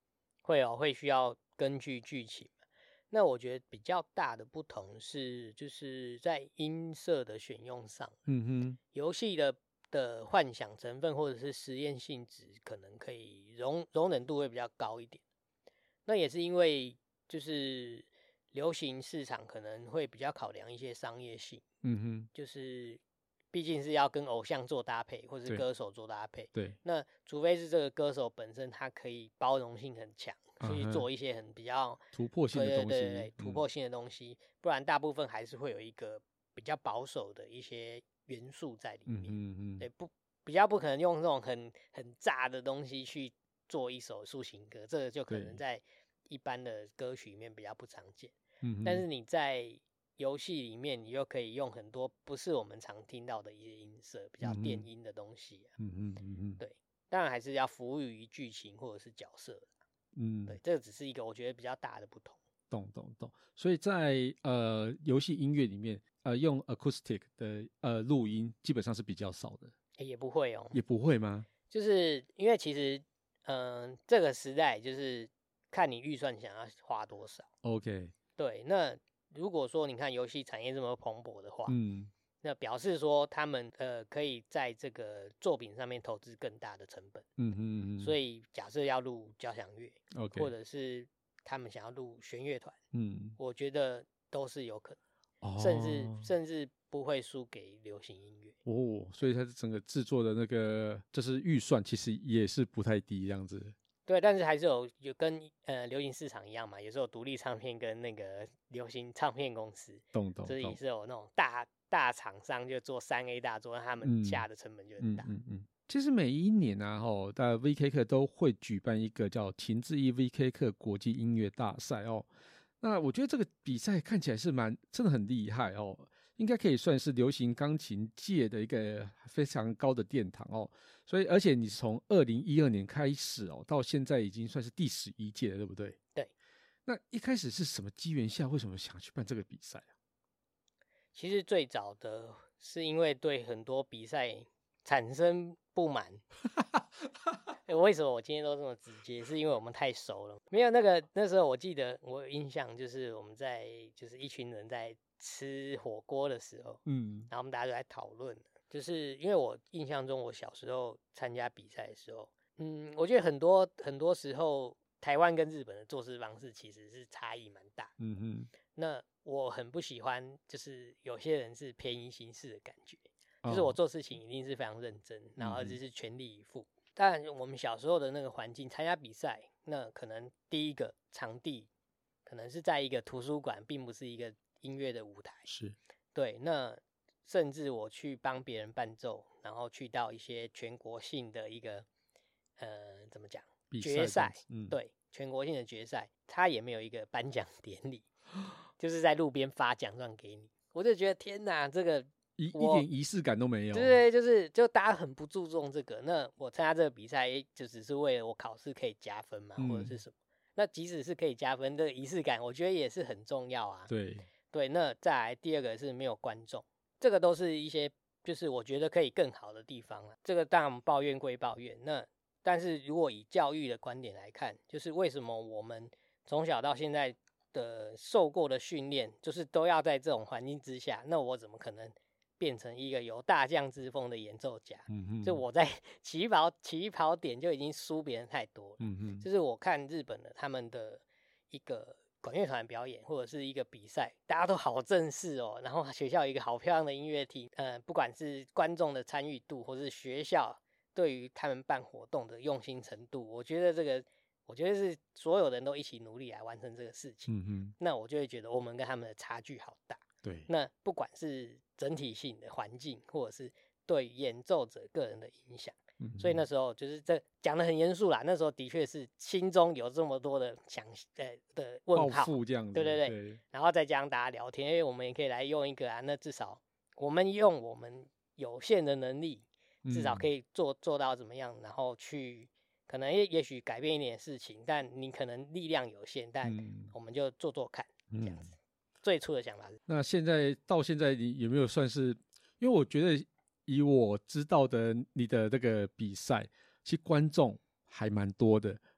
会哦，会需要根据剧情。那我觉得比较大的不同是，就是在音色的选用上， 嗯哼， 游戏的的幻想成分或者是实验性质，可能可以容容忍度会比较高一点。那也是因为就是流行市场可能会比较考量一些商业性， 嗯哼， 就是毕竟是要跟偶像做搭配或者是歌手做搭配， 对， 那除非是这个歌手本身他可以包容性很强，去做一些很比较突破性的东西， 对对对对突破性的东西，嗯，不然大部分还是会有一个比较保守的一些元素在里面。嗯嗯对，不比较不可能用那种很很炸的东西去做一首抒情歌，这个就可能在一般的歌曲里面比较不常见。嗯，但是你在游戏里面，你又可以用很多不是我们常听到的一些音色，比较电音的东西，啊。嗯嗯嗯嗯，对，当然还是要服务于剧情或者是角色。嗯，对，这个只是一个我觉得比较大的不同。 懂懂懂。所以在呃游戏音乐里面，呃用 acoustic 的呃录音基本上是比较少的。 欸，也不会哦。 也不会吗？ 就是因为其实嗯、呃，这个时代就是看你预算想要花多少。OK。对，那如果说你看游戏产业这么蓬勃的话，嗯，那表示说他们呃可以在这个作品上面投资更大的成本，嗯哼嗯，所以假设要录交响乐 ，OK， 或者是他们想要录弦乐团，嗯，我觉得都是有可能，哦，甚至甚至不会输给流行音乐哦，所以它整个制作的那个就是预算其实也是不太低这样子。 对，但是还是有有跟呃流行市场一样嘛，有时候独立唱片跟那个流行唱片公司， 懂懂， 所以也是有那种大大厂商就做三 A 大作，让他们下的成本就很大。 嗯嗯 嗯, 嗯。其实每一年啊，吼，的 V K 课都会举办一个叫秦志毅 V K 课国际音乐大赛哦。那我觉得这个比赛看起来是蛮真的很厉害哦，应该可以算是流行钢琴界的一个非常高的殿堂哦。所以，而且你从二零一二年开始哦，到现在已经算是第十一届了，对不对？ 对。 那一开始是什么机缘下，为什么想去办这个比赛啊？ 其实最早的是因为对很多比赛产生不满。欸，为什么我今天都这么直接？是因为我们太熟了。没有那个那时候我记得我有印象，就是我们在就是一群人在吃火锅的时候，嗯，然后我们大家都在讨论。就是因为我印象中，我小时候参加比赛的时候，嗯，我觉得很多很多时候，台湾跟日本的做事方式其实是差异蛮大。嗯哼，那我很不喜欢，就是有些人是便宜行事的感觉，哦，就是我做事情一定是非常认真，然后而且是全力以赴。当然，我们小时候的那个环境，参加比赛，那可能第一个场地可能是在一个图书馆，并不是一个音乐的舞台。是，对，那。甚至我去帮别人伴奏，然后去到一些全国性的一个呃怎么讲决赛，嗯，对，全国性的决赛，他也没有一个颁奖典礼，就是在路边发奖状给你，我就觉得天哪，这个一一点仪式感都没有。 对，就是就大家很不注重这个。那我参加这个比赛，就只是为了我考试可以加分嘛，嗯，或者是什么？那即使是可以加分，这个仪式感，我觉得也是很重要啊。对对，那再来第二个是没有观众。这个都是一些，就是我觉得可以更好的地方了。这个当然抱怨归抱怨，那但是如果以教育的观点来看，就是为什么我们从小到现在的受过的训练，就是都要在这种环境之下，那我怎么可能变成一个有大将之风的演奏家？嗯哼，就我在起跑起跑点就已经输别人太多了。嗯哼，就是我看日本的他们的一个。管乐团表演或者是一个比赛，大家都好正式哦。然后学校有一个好漂亮的音乐厅，呃，不管是观众的参与度，或是学校对于他们办活动的用心程度，我觉得这个，我觉得是所有人都一起努力来完成这个事情。嗯哼，那我就会觉得我们跟他们的差距好大。对，那不管是整体性的环境，或者是对演奏者个人的影响。所以那时候就是这讲得很严肃啦，那时候的确是心中有这么多的想呃的问号， 这样子， 对对 对, 对，然后再加上大家聊天，因为我们也可以来用一个啊，那至少我们用我们有限的能力，至少可以做做到怎么样，然后去可能也也许改变一点事情，但你可能力量有限，但我们就做做看，这样子。最初的想法是， 那现在到现在你有没有算是？因为我觉得。以我知道的你的这个比赛，其实观众还蛮多的，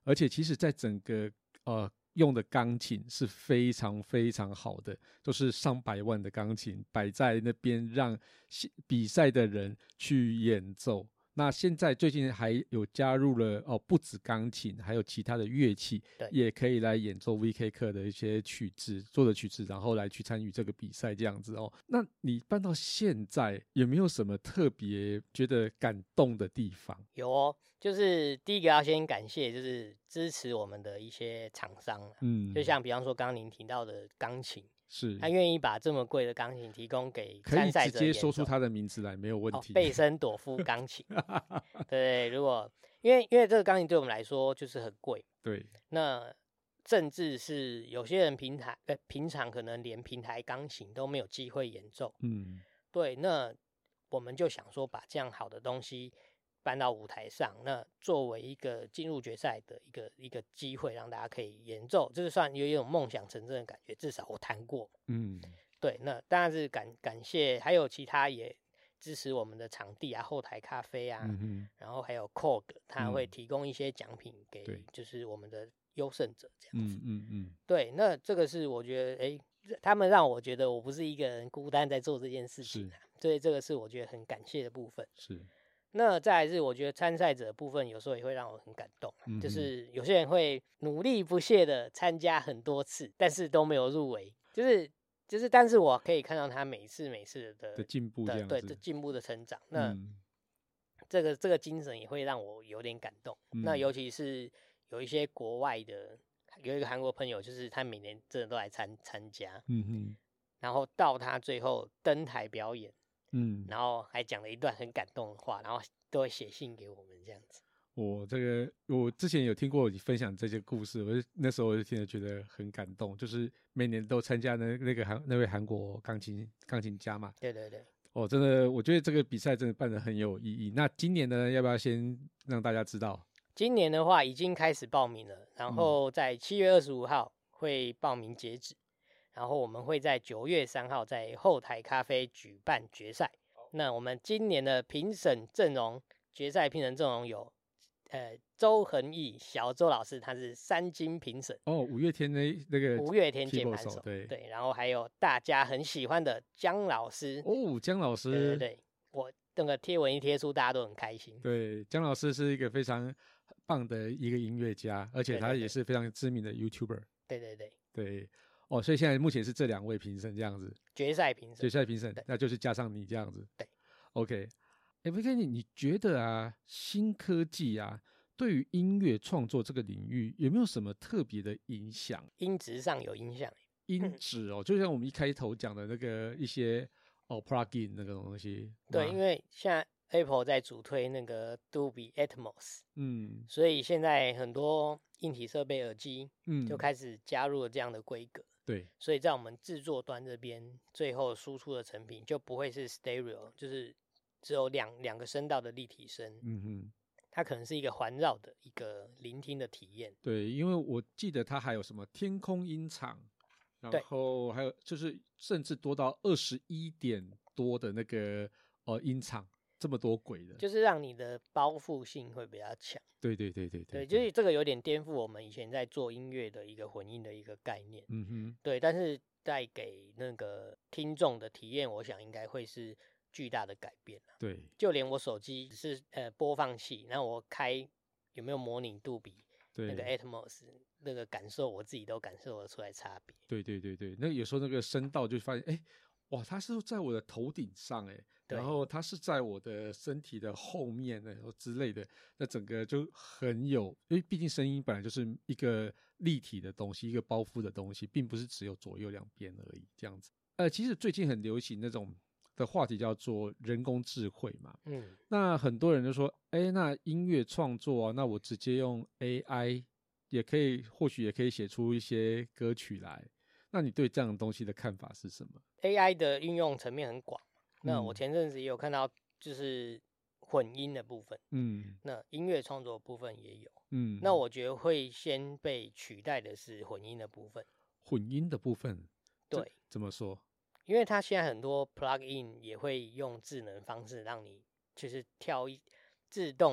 而且其实在整个呃用的钢琴是非常非常好的，都是上百万的钢琴摆在那边让比赛的人去演奏。那现在最近还有加入了哦，不止钢琴，还有其他的乐器，也可以来演奏 V K 课的一些曲子做的曲子，然后来去参与这个比赛这样子哦。那你办到现在有没有什么特别觉得感动的地方？ 有哦，就是第一个要先感谢，就是支持我们的一些厂商、啊，嗯，就像比方说刚刚您提到的钢琴。是，他愿意把这么贵的钢琴提供给参赛者演奏， 可以直接说出他的名字来，没有问题。 哦、贝森朵夫钢琴，对，如果因为因为这个钢琴对我们来说就是很贵， 对， 那甚至是有些人平台呃平常可能连平台钢琴都没有机会演奏，嗯，对，那我们就想说把这样好的东西搬到舞台上，那作为一个进入决赛的一个一个机会，让大家可以演奏，就是算有一种梦想成真的感觉。至少我弹过，嗯，对。那当然是感感谢，还有其他也支持我们的场地啊，后台咖啡啊，嗯、然后还有 C O G， 他会提供一些奖品给就是我们的优胜者这样子。嗯嗯嗯，对。那这个是我觉得，哎，他们让我觉得我不是一个人孤单在做这件事情、啊，所以这个是我觉得很感谢的部分。是。那再来是我觉得参赛者的部分有时候也会让我很感动、啊嗯、就是有些人会努力不懈的参加很多次，但是都没有入围，就是就是但是我可以看到他每次每次的的进步，对对进步的成长，那、嗯、这个这个精神也会让我有点感动、嗯、那尤其是有一些国外的，有一个韩国朋友，就是他每年真的都来参参加，嗯哼，然后到他最后登台表演，嗯，然后还讲了一段很感动的话，然后都会写信给我们这样子。 我这个我之前有听过你分享这些故事，我就那时候我就听了觉得很感动，就是每年都参加那那个韩那位韩国钢琴钢琴家嘛。 对对对。 哦，真的，我觉得这个比赛真的办得很有意义。那今年呢，要不要先让大家知道？ 今年的话已经开始报名了，然后在七月二十五号会报名截止。然后我们会在九月三号在后台咖啡举办决赛。那我们今年的评审阵容，决赛评审阵容有，呃，周恒毅小周老师，他是三金评审。 哦，五月天那那个五月天键盘手， 对对。然后还有大家很喜欢的姜老师。 哦，姜老师， 对对对，我那个贴文一贴出，大家都很开心。 对，姜老师是一个非常棒的一个音乐家，而且他也是非常知名的 YouTuber。 对对对对。哦，所以现在目前是这两位评审这样子， 决赛评审， 决赛评审，那就是加上你这样子。 对 ，OK， 哎 ，V K， 你你觉得啊，新科技啊，对于音乐创作这个领域有没有什么特别的影响？ 音质上有影响， 音质哦，就像我们一开头讲的那个一些哦 plugin 那个东西。 对，因为现在 Apple 在主推那个 Dolby Atmos， 嗯，所以现在很多硬体设备耳机，嗯，就开始加入了这样的规格。 对， 所以在我们制作端这边，最后输出的成品就不会是 stereo， 就是只有两两个声道的立体声，嗯哼，它可能是一个环绕的一个聆听的体验。 对，因为我记得它还有什么天空音场，然后还有就是甚至多到二十一点多的那个呃音场，这么多轨的， 就是让你的包覆性会比较强。 对对对对对, 对，就是这个有点颠覆我们以前在做音乐的一个混音的一个概念。嗯哼，对，但是带给那个听众的体验，我想应该会是巨大的改变。 对， 就连我手机只是呃播放器，然后我开有没有模拟杜比那个 Atmos 那个感受，我自己都感受得出来差别。 对对对对，那有时候那个声道就发现，哎，哇，它是在我的头顶上，哎。然后它是在我的身体的后面呢之类的，那整个就很有，因为毕竟声音本来就是一个立体的东西，一个包覆的东西，并不是只有左右两边而已这样子。呃，其实最近很流行那种的话题叫做人工智慧嘛，嗯，那很多人就说，哎，那音乐创作啊，那我直接用 A I 也可以，或许也可以写出一些歌曲来。那你对这样的东西的看法是什么 ？A I 的运用层面很广。那我前阵子也有看到，就是混音的部分，嗯，那音乐创作的部分也有，嗯，那我觉得会先被取代的是混音的部分。 混音的部分， 对， 怎么说？ 因为它现在很多 plug in 也会用智能方式让你就是跳一自动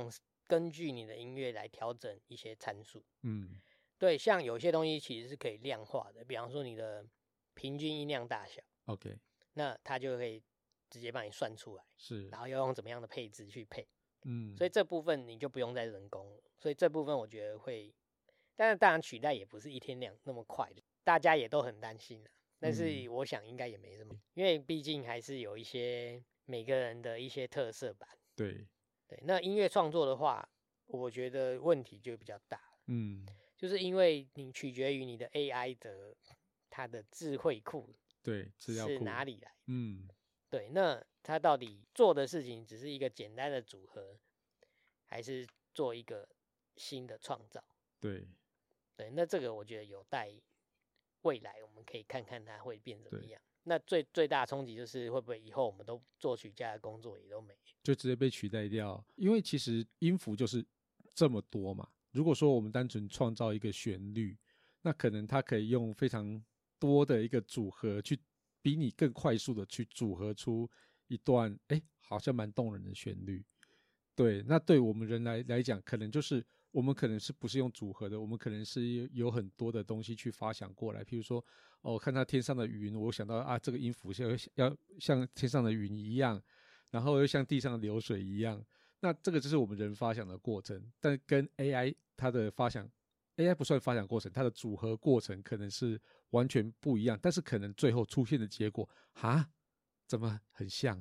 根据你的音乐来调整一些参数。 嗯， 对，像有些东西其实是可以量化的，比方说你的平均音量大小 ，OK， 那它就可以直接帮你算出来， 是， 然后要用怎么样的配置去配。 嗯， 所以这部分你就不用再人工了，所以这部分我觉得会，但是当然取代也不是一天两那么快的，大家也都很担心啊。但是我想应该也没什么，嗯、因为毕竟还是有一些每个人的一些特色吧。 对对，那音乐创作的话，我觉得问题就比较大，嗯，就是因为你取决于你的 A I 的它的智慧库， 对，资料库是哪里来？ 嗯， 对，那它到底做的事情只是一个简单的组合，还是做一个新的创造？ 对， 对，那这个我觉得有待未来我们可以看看它会变怎么样。那最最大的冲击就是会不会以后我们都作曲家的工作也都没， 就直接被取代掉？因为其实音符就是这么多嘛。如果说我们单纯创造一个旋律，那可能它可以用非常多的一个组合去比你更快速的去组合出一段，哎，好像蛮动人的旋律。对，那对我们人来来讲，可能就是我们可能是不是用组合的，我们可能是有很多的东西去发想过来。譬如说，哦，看它天上的云，我想到啊，这个音符要要像天上的云一样，然后又像地上的流水一样。那这个就是我们人发想的过程，但跟 A I 它的发想 ，A I 不算发想过程，它的组合过程可能是完全不一样，但是可能最后出现的结果，哈，怎么很像？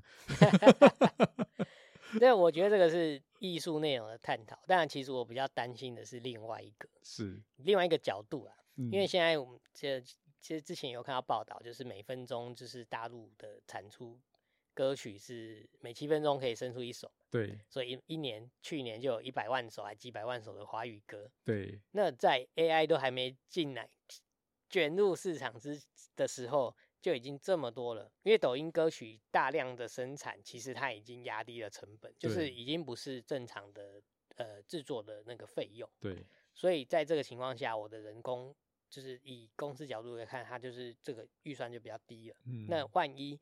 对，我觉得这个是艺术内容的探讨。当然，其实我比较担心的是另外一个， 是另外一个角度啊。 嗯、 因为现在我们这其实之前有看到报道，就是每分钟就是大陆的产出歌曲是每七分钟可以生出一首。 对， 所以一年去年就有一百万首还几百万首的华语歌。 对， 那在 A I 都还没进来卷入市场之的时候，就已经这么多了。因为抖音歌曲大量的生产，其实它已经压低了成本，就是已经不是正常的呃制作的那个费用。 对， 所以在这个情况下，我的人工就是以公司角度来看，它就是这个预算就比较低了。嗯、那万一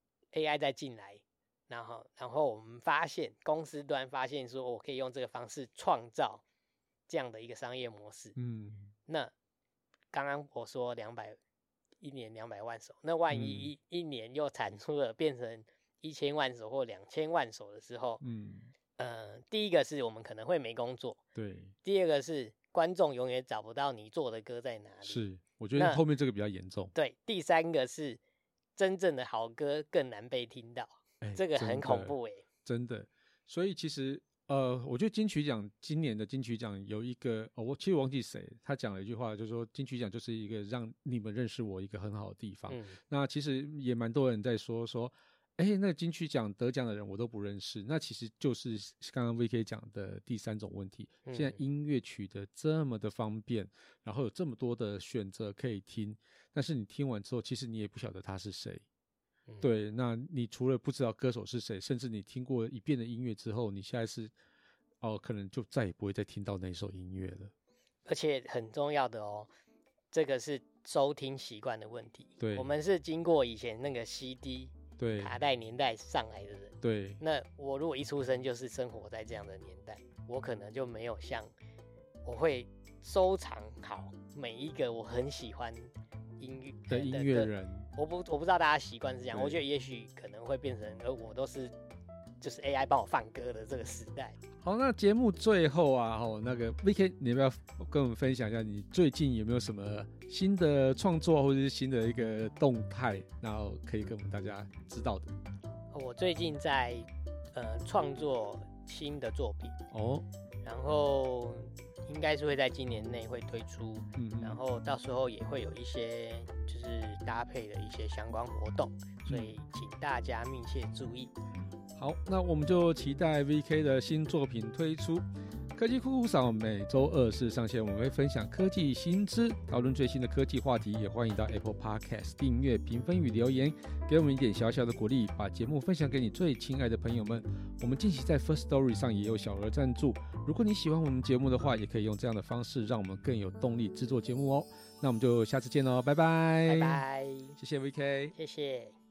A I 再进来，然后然后我们发现公司端发现说，我可以用这个方式创造这样的一个商业模式。嗯，那刚刚我说两百。一年两百万首，那万一一、嗯、一年又产出了变成一千万首或两千万首的时候，嗯，呃，第一个是我们可能会没工作， 对； 第二个是观众永远找不到你做的歌在哪里。 是，我觉得后面这个比较严重。 对，第三个是真正的好歌更难被听到，欸、这个很恐怖哎、欸， 真的。所以其实。呃，我觉得金曲奖今年的金曲奖有一个，哦、我其实忘记谁，他讲了一句话，就是说金曲奖就是一个让你们认识我一个很好的地方。嗯、那其实也蛮多人在说说，哎，那金曲奖得奖的人我都不认识。那其实就是刚刚 V K 讲的第三种问题。嗯、现在音乐取得这么的方便，然后有这么多的选择可以听，但是你听完之后，其实你也不晓得他是谁。对，那你除了不知道歌手是谁，甚至你听过一遍的音乐之后，你下一次哦，可能就再也不会再听到那首音乐了。 而且很重要的哦，这个是收听习惯的问题。 对， 我们是经过以前那个 C D、 对卡带年代上来的人。 对， 那我如果一出生就是生活在这样的年代，我可能就没有像我会收藏好每一个我很喜欢音乐的音乐人。 我不我不知道大家习惯是这样，我觉得也许可能会变成，而我都是就是 A I 帮我放歌的这个时代。 好，那节目最后啊，哦，那个 V K， 你要不要跟我们分享一下你最近有没有什么新的创作或者是新的一个动态，然后可以跟我们大家知道的？ 我最近在呃创作新的作品哦， 然后应该是会在今年内会推出，嗯，然后到时候也会有一些就是搭配的一些相关活动，所以请大家密切注意。 好，那我们就期待 V K 的新作品推出。科技酷酷扫每周二四上线，我们会分享科技新知，讨论最新的科技话题，也欢迎到 Apple Podcast 订阅、评分与留言，给我们一点小小的鼓励，把节目分享给你最亲爱的朋友们。我们近期在 First Story 上也有小额赞助，如果你喜欢我们节目的话，也可以用这样的方式，让我们更有动力制作节目哦。那我们就下次见喽，拜拜， 拜拜， 谢谢 V K， 谢谢。